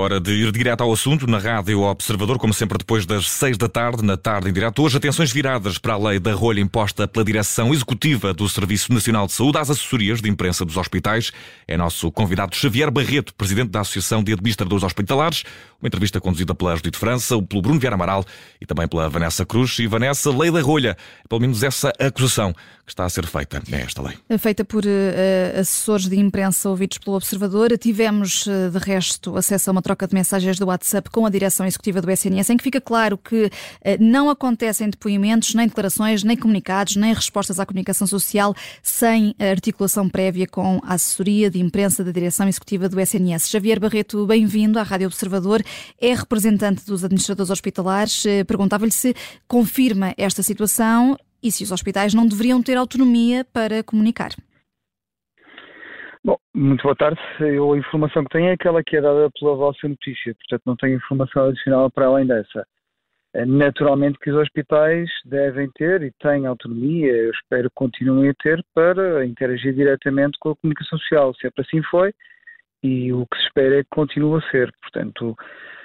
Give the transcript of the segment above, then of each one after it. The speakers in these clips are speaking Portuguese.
hora de ir direto ao assunto na Rádio Observador, como sempre depois das 6 da tarde, na tarde em direto. Hoje, atenções viradas para a lei da rolha imposta pela Direção Executiva do Serviço Nacional de Saúde às assessorias de imprensa dos hospitais. É nosso convidado Xavier Barreto, presidente da Associação de Administradores Hospitalares. Uma entrevista conduzida pela Judite França, pelo Bruno Vieira Amaral e também pela Vanessa Cruz. E Vanessa, lei da rolha, pelo menos essa acusação que está a ser feita nesta lei. Feita por assessores de imprensa ouvidos pelo Observador. Tivemos, de resto, acesso a uma troca de mensagens do WhatsApp com a Direção Executiva do SNS, em que fica claro que não acontecem depoimentos, nem declarações, nem comunicados, nem respostas à comunicação social sem articulação prévia com a assessoria de imprensa da Direção Executiva do SNS. Xavier Barreto, bem-vindo à Rádio Observador. É representante dos administradores hospitalares. Perguntava-lhe se confirma esta situação e se os hospitais não deveriam ter autonomia para comunicar. Bom, muito boa tarde. A informação que tenho é aquela que é dada pela vossa notícia, portanto não tenho informação adicional para além dessa. Naturalmente que os hospitais devem ter e têm autonomia, eu espero que continuem a ter, para interagir diretamente com a comunicação social. Sempre assim foi e o que se espera é que continue a ser. Portanto,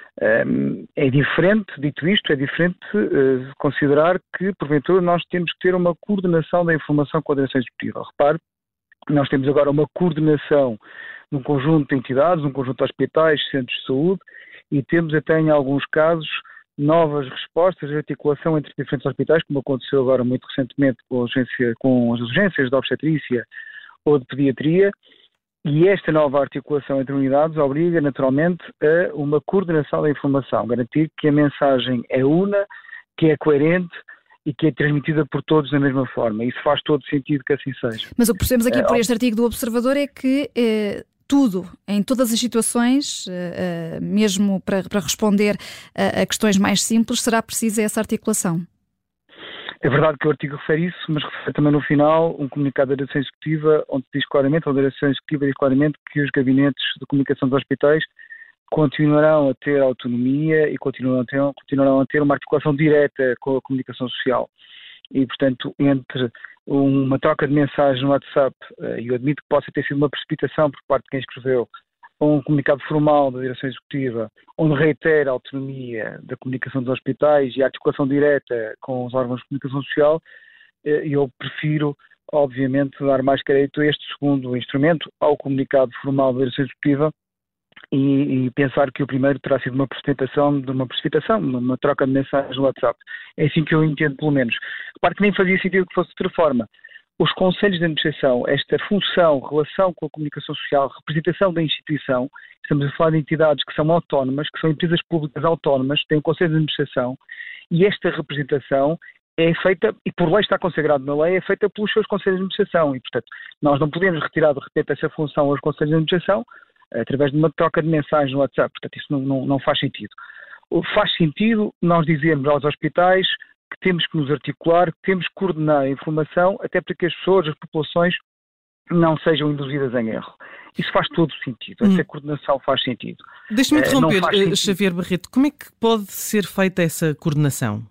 é diferente, dito isto, é diferente considerar que, porventura, nós temos que ter uma coordenação da informação com a Direção Executiva. Repare, nós temos agora uma coordenação num conjunto de entidades, num conjunto de hospitais, centros de saúde, e temos até em alguns casos novas respostas de articulação entre diferentes hospitais, como aconteceu agora muito recentemente com as urgências de obstetrícia ou de pediatria, e esta nova articulação entre unidades obriga naturalmente a uma coordenação da informação, garantir que a mensagem é una, que é coerente e que é transmitida por todos da mesma forma. Isso faz todo sentido que assim seja. Mas o que percebemos aqui por este artigo do Observador é que tudo, em todas as situações, mesmo para responder a questões mais simples, será precisa essa articulação. É verdade que o artigo refere isso, mas refere também no final um comunicado da Direção Executiva, onde diz claramente, a Direção Executiva diz claramente que os gabinetes de comunicação dos hospitais continuarão a ter autonomia e continuarão a ter uma articulação direta com a comunicação social. E, portanto, entre uma troca de mensagens no WhatsApp, e eu admito que possa ter sido uma precipitação por parte de quem escreveu, ou um comunicado formal da Direção Executiva, onde reitera a autonomia da comunicação dos hospitais e a articulação direta com os órgãos de comunicação social, eu prefiro, obviamente, dar mais crédito a este segundo instrumento, ao comunicado formal da Direção Executiva, e pensar que o primeiro terá sido uma precipitação, uma troca de mensagens no WhatsApp. É assim que eu entendo, pelo menos. Repare que nem fazia sentido que fosse de outra forma. Os conselhos de administração, esta função, relação com a comunicação social, representação da instituição, estamos a falar de entidades que são autónomas, que são empresas públicas autónomas, têm um conselho de administração, e esta representação é feita, e por lei está consagrado na lei, é feita pelos seus conselhos de administração, e portanto nós não podemos retirar de repente essa função aos conselhos de administração através de uma troca de mensagens no WhatsApp, portanto isso não faz sentido. Faz sentido nós dizermos aos hospitais que temos que nos articular, que temos que coordenar a informação, até para que as pessoas, as populações, não sejam induzidas em erro. Isso faz todo sentido, essa coordenação faz sentido. Deixe-me interromper, Xavier Barreto, como é que pode ser feita essa coordenação?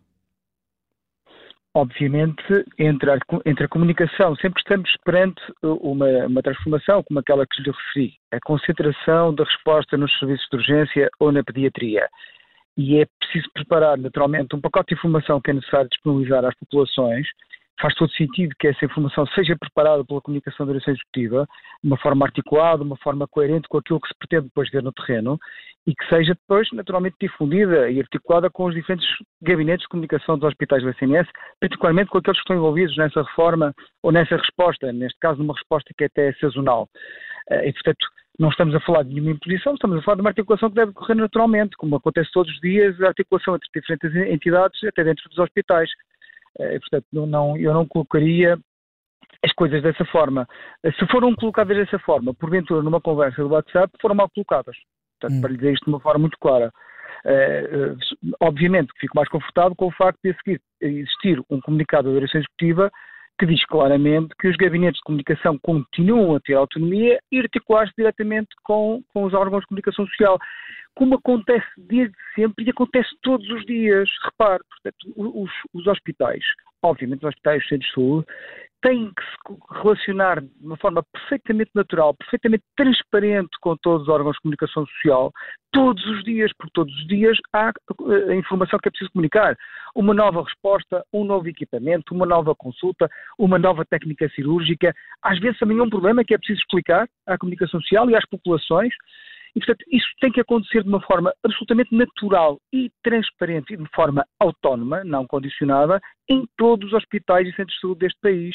Obviamente, entre a comunicação, sempre estamos perante uma transformação como aquela que lhe referi, a concentração da resposta nos serviços de urgência ou na pediatria. E é preciso preparar, naturalmente, um pacote de informação que é necessário disponibilizar às populações. Faz todo sentido que essa informação seja preparada pela comunicação da Direção Executiva, de uma forma articulada, de uma forma coerente com aquilo que se pretende depois ver no terreno, e que seja depois, naturalmente, difundida e articulada com os diferentes gabinetes de comunicação dos hospitais do SNS, particularmente com aqueles que estão envolvidos nessa reforma ou nessa resposta, neste caso numa resposta que é até sazonal. E, portanto, não estamos a falar de nenhuma imposição, estamos a falar de uma articulação que deve ocorrer naturalmente, como acontece todos os dias, a articulação entre diferentes entidades, até dentro dos hospitais. Portanto, eu não colocaria as coisas dessa forma. Se foram colocadas dessa forma, porventura, numa conversa do WhatsApp, foram mal colocadas. Portanto, para lhe dizer isto de uma forma muito clara. Obviamente que fico mais confortável com o facto de a seguir existir um comunicado da Direção Executiva que diz claramente que os gabinetes de comunicação continuam a ter autonomia e articular-se diretamente com os órgãos de comunicação social, como acontece desde sempre e acontece todos os dias. Repare, portanto, os hospitais, obviamente os hospitais, os centros de saúde, têm que se relacionar de uma forma perfeitamente natural, perfeitamente transparente com todos os órgãos de comunicação social, todos os dias, porque todos os dias há a informação que é preciso comunicar. Uma nova resposta, um novo equipamento, uma nova consulta, uma nova técnica cirúrgica. Às vezes também é um problema que é preciso explicar à comunicação social e às populações. E, portanto, isso tem que acontecer de uma forma absolutamente natural e transparente e de forma autónoma, não condicionada, em todos os hospitais e centros de saúde deste país.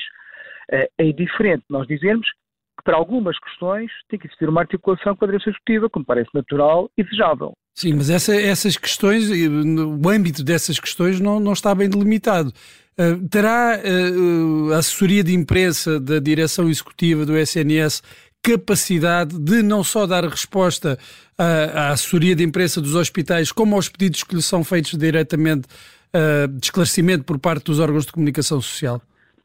É diferente nós dizermos que para algumas questões tem que existir uma articulação com a direção executiva, como parece natural e desejável. Sim, mas essas questões, o âmbito dessas questões não está bem delimitado. Terá a assessoria de imprensa da direção executiva do SNS capacidade de não só dar resposta à assessoria de imprensa dos hospitais, como aos pedidos que lhe são feitos diretamente de esclarecimento por parte dos órgãos de comunicação social?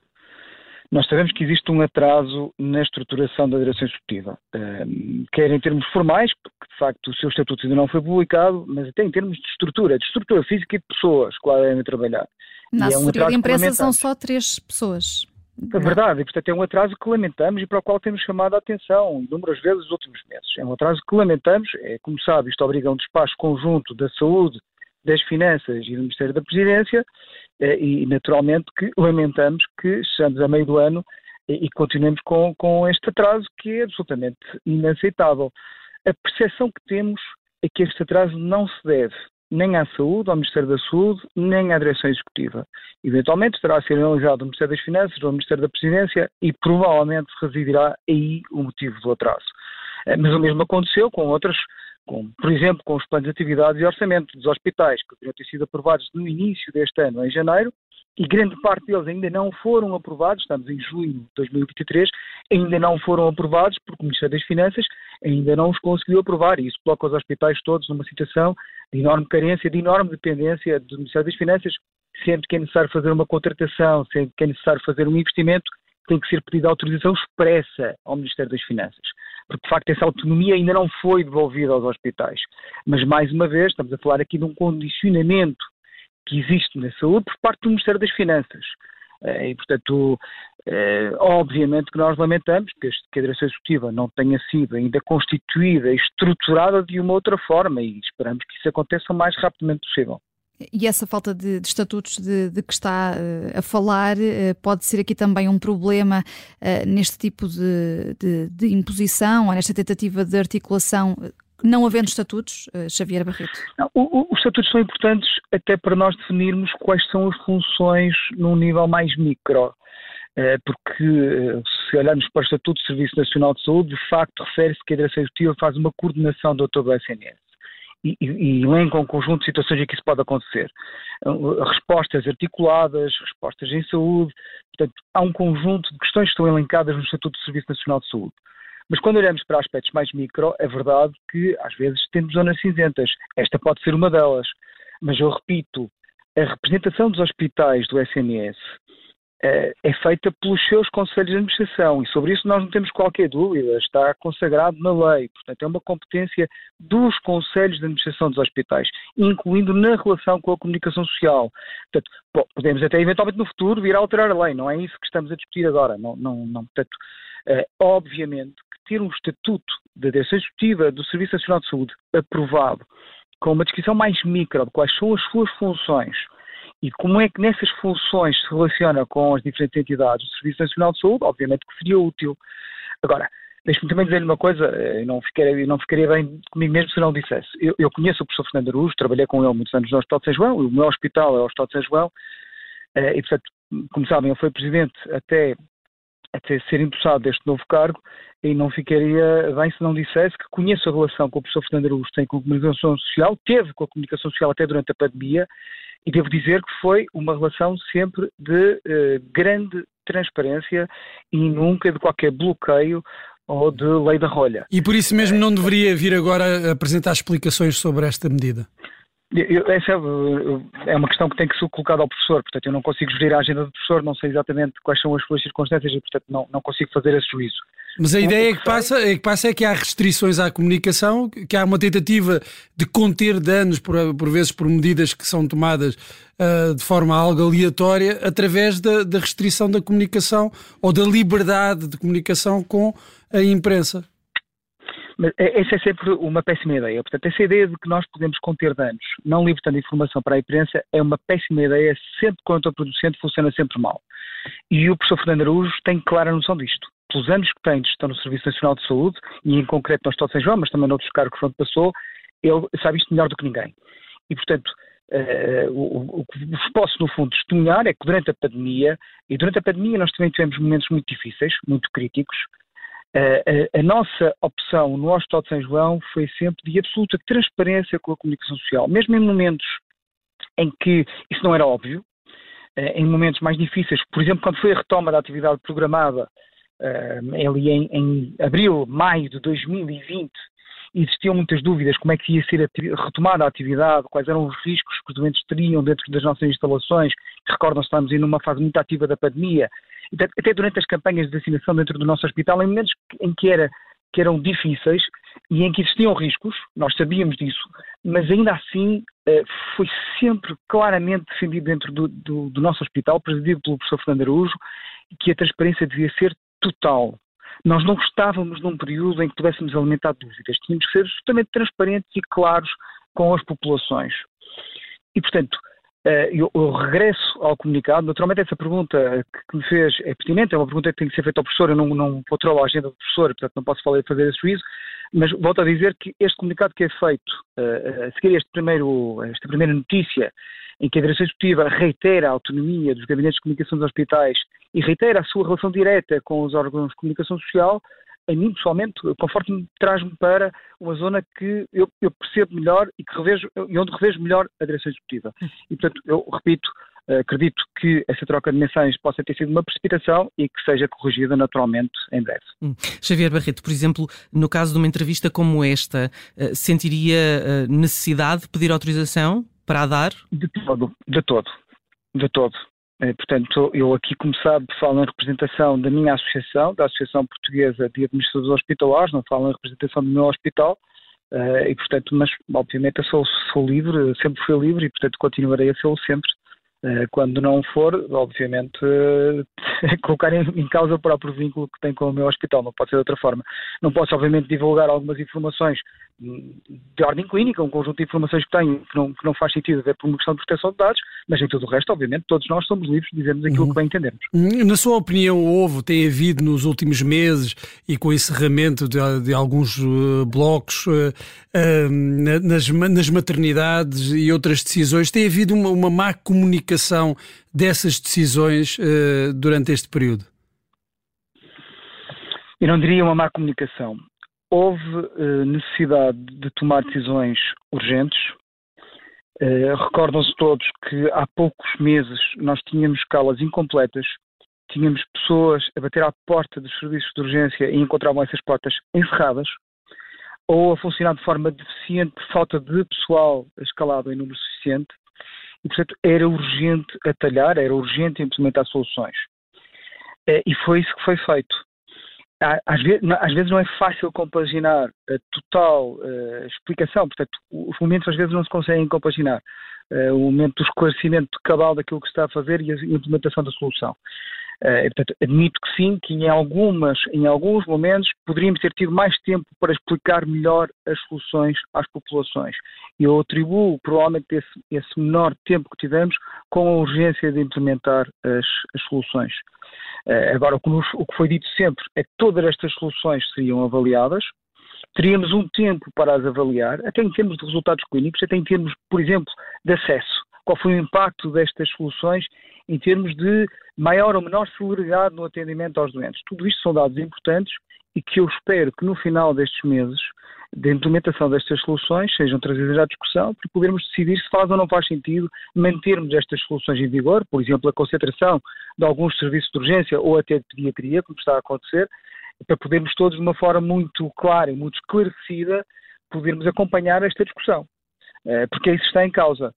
Nós sabemos que existe um atraso na estruturação da direção executiva, quer em termos formais, porque de facto o seu estatuto ainda não foi publicado, mas até em termos de estrutura física e de pessoas que lá devem trabalhar. Na assessoria de imprensa são só 3 pessoas. É verdade, e portanto é um atraso que lamentamos e para o qual temos chamado a atenção inúmeras vezes nos últimos meses. É um atraso que lamentamos, como sabe, isto obriga a um despacho conjunto da saúde, das finanças e do Ministério da Presidência e naturalmente que lamentamos que estejamos a meio do ano e continuemos com este atraso que é absolutamente inaceitável. A percepção que temos é que este atraso não se deve nem à saúde, ao Ministério da Saúde, nem à direção executiva. Eventualmente terá a ser analisado no Ministério das Finanças ou no Ministério da Presidência e provavelmente residirá aí o motivo do atraso. Mas o mesmo aconteceu com outras, por exemplo, com os planos de atividades e orçamento dos hospitais, que deveriam ter sido aprovados no início deste ano, em janeiro, e grande parte deles ainda não foram aprovados, estamos em junho de 2023, ainda não foram aprovados porque o Ministério das Finanças ainda não os conseguiu aprovar e isso coloca os hospitais todos numa situação de enorme carência, de enorme dependência do Ministério das Finanças, sempre que é necessário fazer uma contratação, sempre que é necessário fazer um investimento, tem que ser pedida autorização expressa ao Ministério das Finanças, porque de facto essa autonomia ainda não foi devolvida aos hospitais. Mas mais uma vez estamos a falar aqui de um condicionamento que existe na saúde por parte do Ministério das Finanças. E, portanto, obviamente que nós lamentamos que a direção executiva não tenha sido ainda constituída e estruturada de uma outra forma e esperamos que isso aconteça o mais rapidamente possível. E essa falta de estatutos de que está a falar pode ser aqui também um problema neste tipo de imposição ou nesta tentativa de articulação, não havendo estatutos, Xavier Barreto? Não, os estatutos são importantes até para nós definirmos quais são as funções num nível mais micro, porque se olharmos para o Estatuto do Serviço Nacional de Saúde, de facto refere-se que a direção executiva faz uma coordenação de todo o SNS. E elenca um conjunto de situações em que isso pode acontecer. Respostas articuladas, respostas em saúde, portanto, há um conjunto de questões que estão elencadas no Estatuto do Serviço Nacional de Saúde. Mas quando olhamos para aspectos mais micro, é verdade que às vezes temos zonas cinzentas. Esta pode ser uma delas. Mas eu repito, a representação dos hospitais do SNS é feita pelos seus conselhos de administração e sobre isso nós não temos qualquer dúvida, está consagrado na lei, portanto é uma competência dos conselhos de administração dos hospitais, incluindo na relação com a comunicação social. Portanto, podemos até eventualmente no futuro vir a alterar a lei, não é isso que estamos a discutir agora, portanto, obviamente que ter um estatuto da direção executiva do Serviço Nacional de Saúde aprovado com uma descrição mais micro de quais são as suas funções e como é que nessas funções se relaciona com as diferentes entidades do Serviço Nacional de Saúde, obviamente que seria útil. Agora, deixe-me também dizer-lhe uma coisa, eu não ficaria bem comigo mesmo se não dissesse. Eu conheço o professor Fernando Araújo, trabalhei com ele muitos anos no Hospital de São João, o meu hospital é o Hospital de São João, e portanto, como sabem, ele foi presidente até ser empossado deste novo cargo, e não ficaria bem se não dissesse que conheço a relação que o professor Fernando Araújo tem com a comunicação social, teve com a comunicação social até durante a pandemia, e devo dizer que foi uma relação sempre de grande transparência e nunca de qualquer bloqueio ou de lei da rolha. E por isso mesmo não deveria vir agora apresentar explicações sobre esta medida? Essa é uma questão que tem que ser colocada ao professor, portanto eu não consigo gerir a agenda do professor, não sei exatamente quais são as suas circunstâncias e portanto não consigo fazer esse juízo. Mas a ideia que passa é que há restrições à comunicação, que há uma tentativa de conter danos, por vezes por medidas que são tomadas de forma algo aleatória, através da restrição da comunicação ou da liberdade de comunicação com a imprensa. Mas essa é sempre uma péssima ideia. Portanto, essa ideia de que nós podemos conter danos não libertando informação para a imprensa é uma péssima ideia, sempre contraproducente, funciona sempre mal. E o professor Fernando Araújo tem clara noção disto. Pelos anos que tem de gestão no Serviço Nacional de Saúde, e em concreto no Hospital de São João, mas também noutros cargos onde passou, ele sabe isto melhor do que ninguém. E, portanto, o que vos posso, no fundo, testemunhar é que durante a pandemia nós também tivemos momentos muito difíceis, muito críticos. A nossa opção no Hospital de São João foi sempre de absoluta transparência com a comunicação social, mesmo em momentos em que isso não era óbvio, em momentos mais difíceis, por exemplo, quando foi a retoma da atividade programada, ali em abril, maio de 2020, existiam muitas dúvidas como é que ia ser retomada a atividade, quais eram os riscos que os doentes teriam dentro das nossas instalações. Recordam-se, estamos em uma fase muito ativa da pandemia, até durante as campanhas de vacinação dentro do nosso hospital, em momentos em que eram difíceis e em que existiam riscos, nós sabíamos disso, mas ainda assim foi sempre claramente defendido dentro do nosso hospital, presidido pelo professor Fernando Araújo, que a transparência devia ser total. Nós não estávamos num período em que pudéssemos alimentar dúvidas, tínhamos que ser absolutamente transparentes e claros com as populações. E, portanto, eu regresso ao comunicado. Naturalmente, essa pergunta que me fez é pertinente, é uma pergunta que tem que ser feita ao professor. Eu não controlo a agenda do professor, portanto não posso fazer esse juízo, mas volto a dizer que este comunicado que é feito a seguir esta primeira notícia, em que a Direção Executiva reitera a autonomia dos gabinetes de comunicação dos hospitais e reitera a sua relação direta com os órgãos de comunicação social, a mim, pessoalmente, conforta-me, traz-me para uma zona que eu percebo melhor e onde revejo melhor a Direção Executiva. E, portanto, eu repito, acredito que essa troca de mensagens possa ter sido uma precipitação e que seja corrigida naturalmente em breve. Xavier Barreto, por exemplo, no caso de uma entrevista como esta, sentiria necessidade de pedir autorização para a dar? De todo. Portanto, eu aqui, como sabe, falo em representação da minha associação, da Associação Portuguesa de Administradores Hospitalares, não falo em representação do meu hospital, e portanto, mas obviamente eu sou livre, sempre fui livre e portanto continuarei a ser sempre. Quando não for, obviamente, colocar em causa o próprio vínculo que tem com o meu hospital, não pode ser de outra forma. Não posso, obviamente, divulgar algumas informações de ordem clínica, um conjunto de informações que tenho que não faz sentido ver por uma questão de proteção de dados, mas em tudo o resto, obviamente, todos nós somos livres de dizermos aquilo que bem entendemos. Na sua opinião, tem havido nos últimos meses e com o encerramento de alguns blocos nas maternidades e outras decisões, tem havido uma má comunicação dessas decisões durante este período? Eu não diria uma má comunicação. Houve necessidade de tomar decisões urgentes. Recordam-se todos que há poucos meses nós tínhamos escalas incompletas, tínhamos pessoas a bater à porta dos serviços de urgência e encontravam essas portas encerradas, ou a funcionar de forma deficiente por falta de pessoal escalado em número suficiente. E, portanto, era urgente atalhar, era urgente implementar soluções. E foi isso que foi feito. Às vezes não é fácil compaginar a total explicação, portanto, os momentos às vezes não se conseguem compaginar. O momento do esclarecimento cabal daquilo que se está a fazer e a implementação da solução. Portanto, admito que sim, que em alguns momentos poderíamos ter tido mais tempo para explicar melhor as soluções às populações. E eu atribuo provavelmente esse menor tempo que tivemos com a urgência de implementar as soluções. Agora, o que foi dito sempre é que todas estas soluções seriam avaliadas, teríamos um tempo para as avaliar, até em termos de resultados clínicos, até em termos, por exemplo, de acesso. Qual foi o impacto destas soluções em termos de maior ou menor celeridade no atendimento aos doentes. Tudo isto são dados importantes e que eu espero que no final destes meses de implementação destas soluções sejam trazidas à discussão para podermos decidir se faz ou não faz sentido mantermos estas soluções em vigor, por exemplo, a concentração de alguns serviços de urgência ou até de pediatria, como está a acontecer, para podermos todos, de uma forma muito clara e muito esclarecida, podermos acompanhar esta discussão. Porque isso está em causa.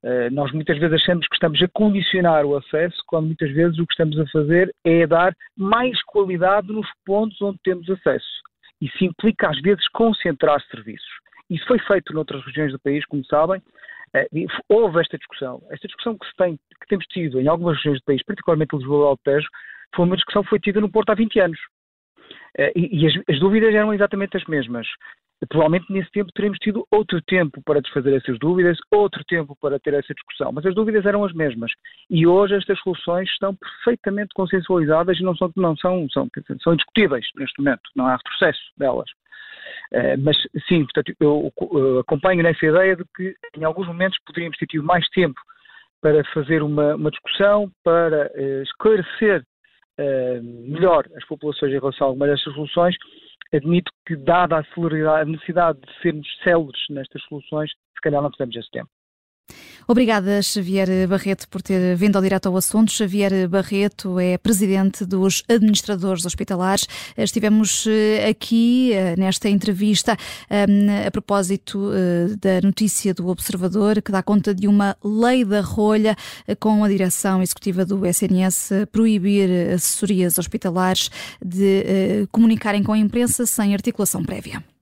Nós muitas vezes achamos que estamos a condicionar o acesso, quando muitas vezes o que estamos a fazer é dar mais qualidade nos pontos onde temos acesso. Isso implica, às vezes, concentrar serviços. Isso foi feito noutras regiões do país, como sabem. Houve esta discussão que temos tido em algumas regiões do país, particularmente em Lisboa e Alentejo, foi uma discussão que foi tida no Porto há 20 anos. E as dúvidas eram exatamente as mesmas. Provavelmente nesse tempo teremos tido outro tempo para desfazer essas dúvidas, outro tempo para ter essa discussão, mas as dúvidas eram as mesmas. E hoje estas soluções estão perfeitamente consensualizadas e são indiscutíveis neste momento, não há retrocesso delas. Mas sim, portanto, eu acompanho nessa ideia de que em alguns momentos poderíamos ter tido mais tempo para fazer uma discussão, para esclarecer melhor as populações em relação a algumas destas soluções. Admito que, dada a celeridade, a necessidade de sermos céleres nestas soluções, se calhar não precisamos desse tempo. Obrigada, Xavier Barreto, por ter vindo ao Direto ao Assunto. Xavier Barreto é presidente dos administradores hospitalares. Estivemos aqui nesta entrevista a propósito da notícia do Observador, que dá conta de uma lei da rolha com a direção executiva do SNS proibir assessorias hospitalares de comunicarem com a imprensa sem articulação prévia.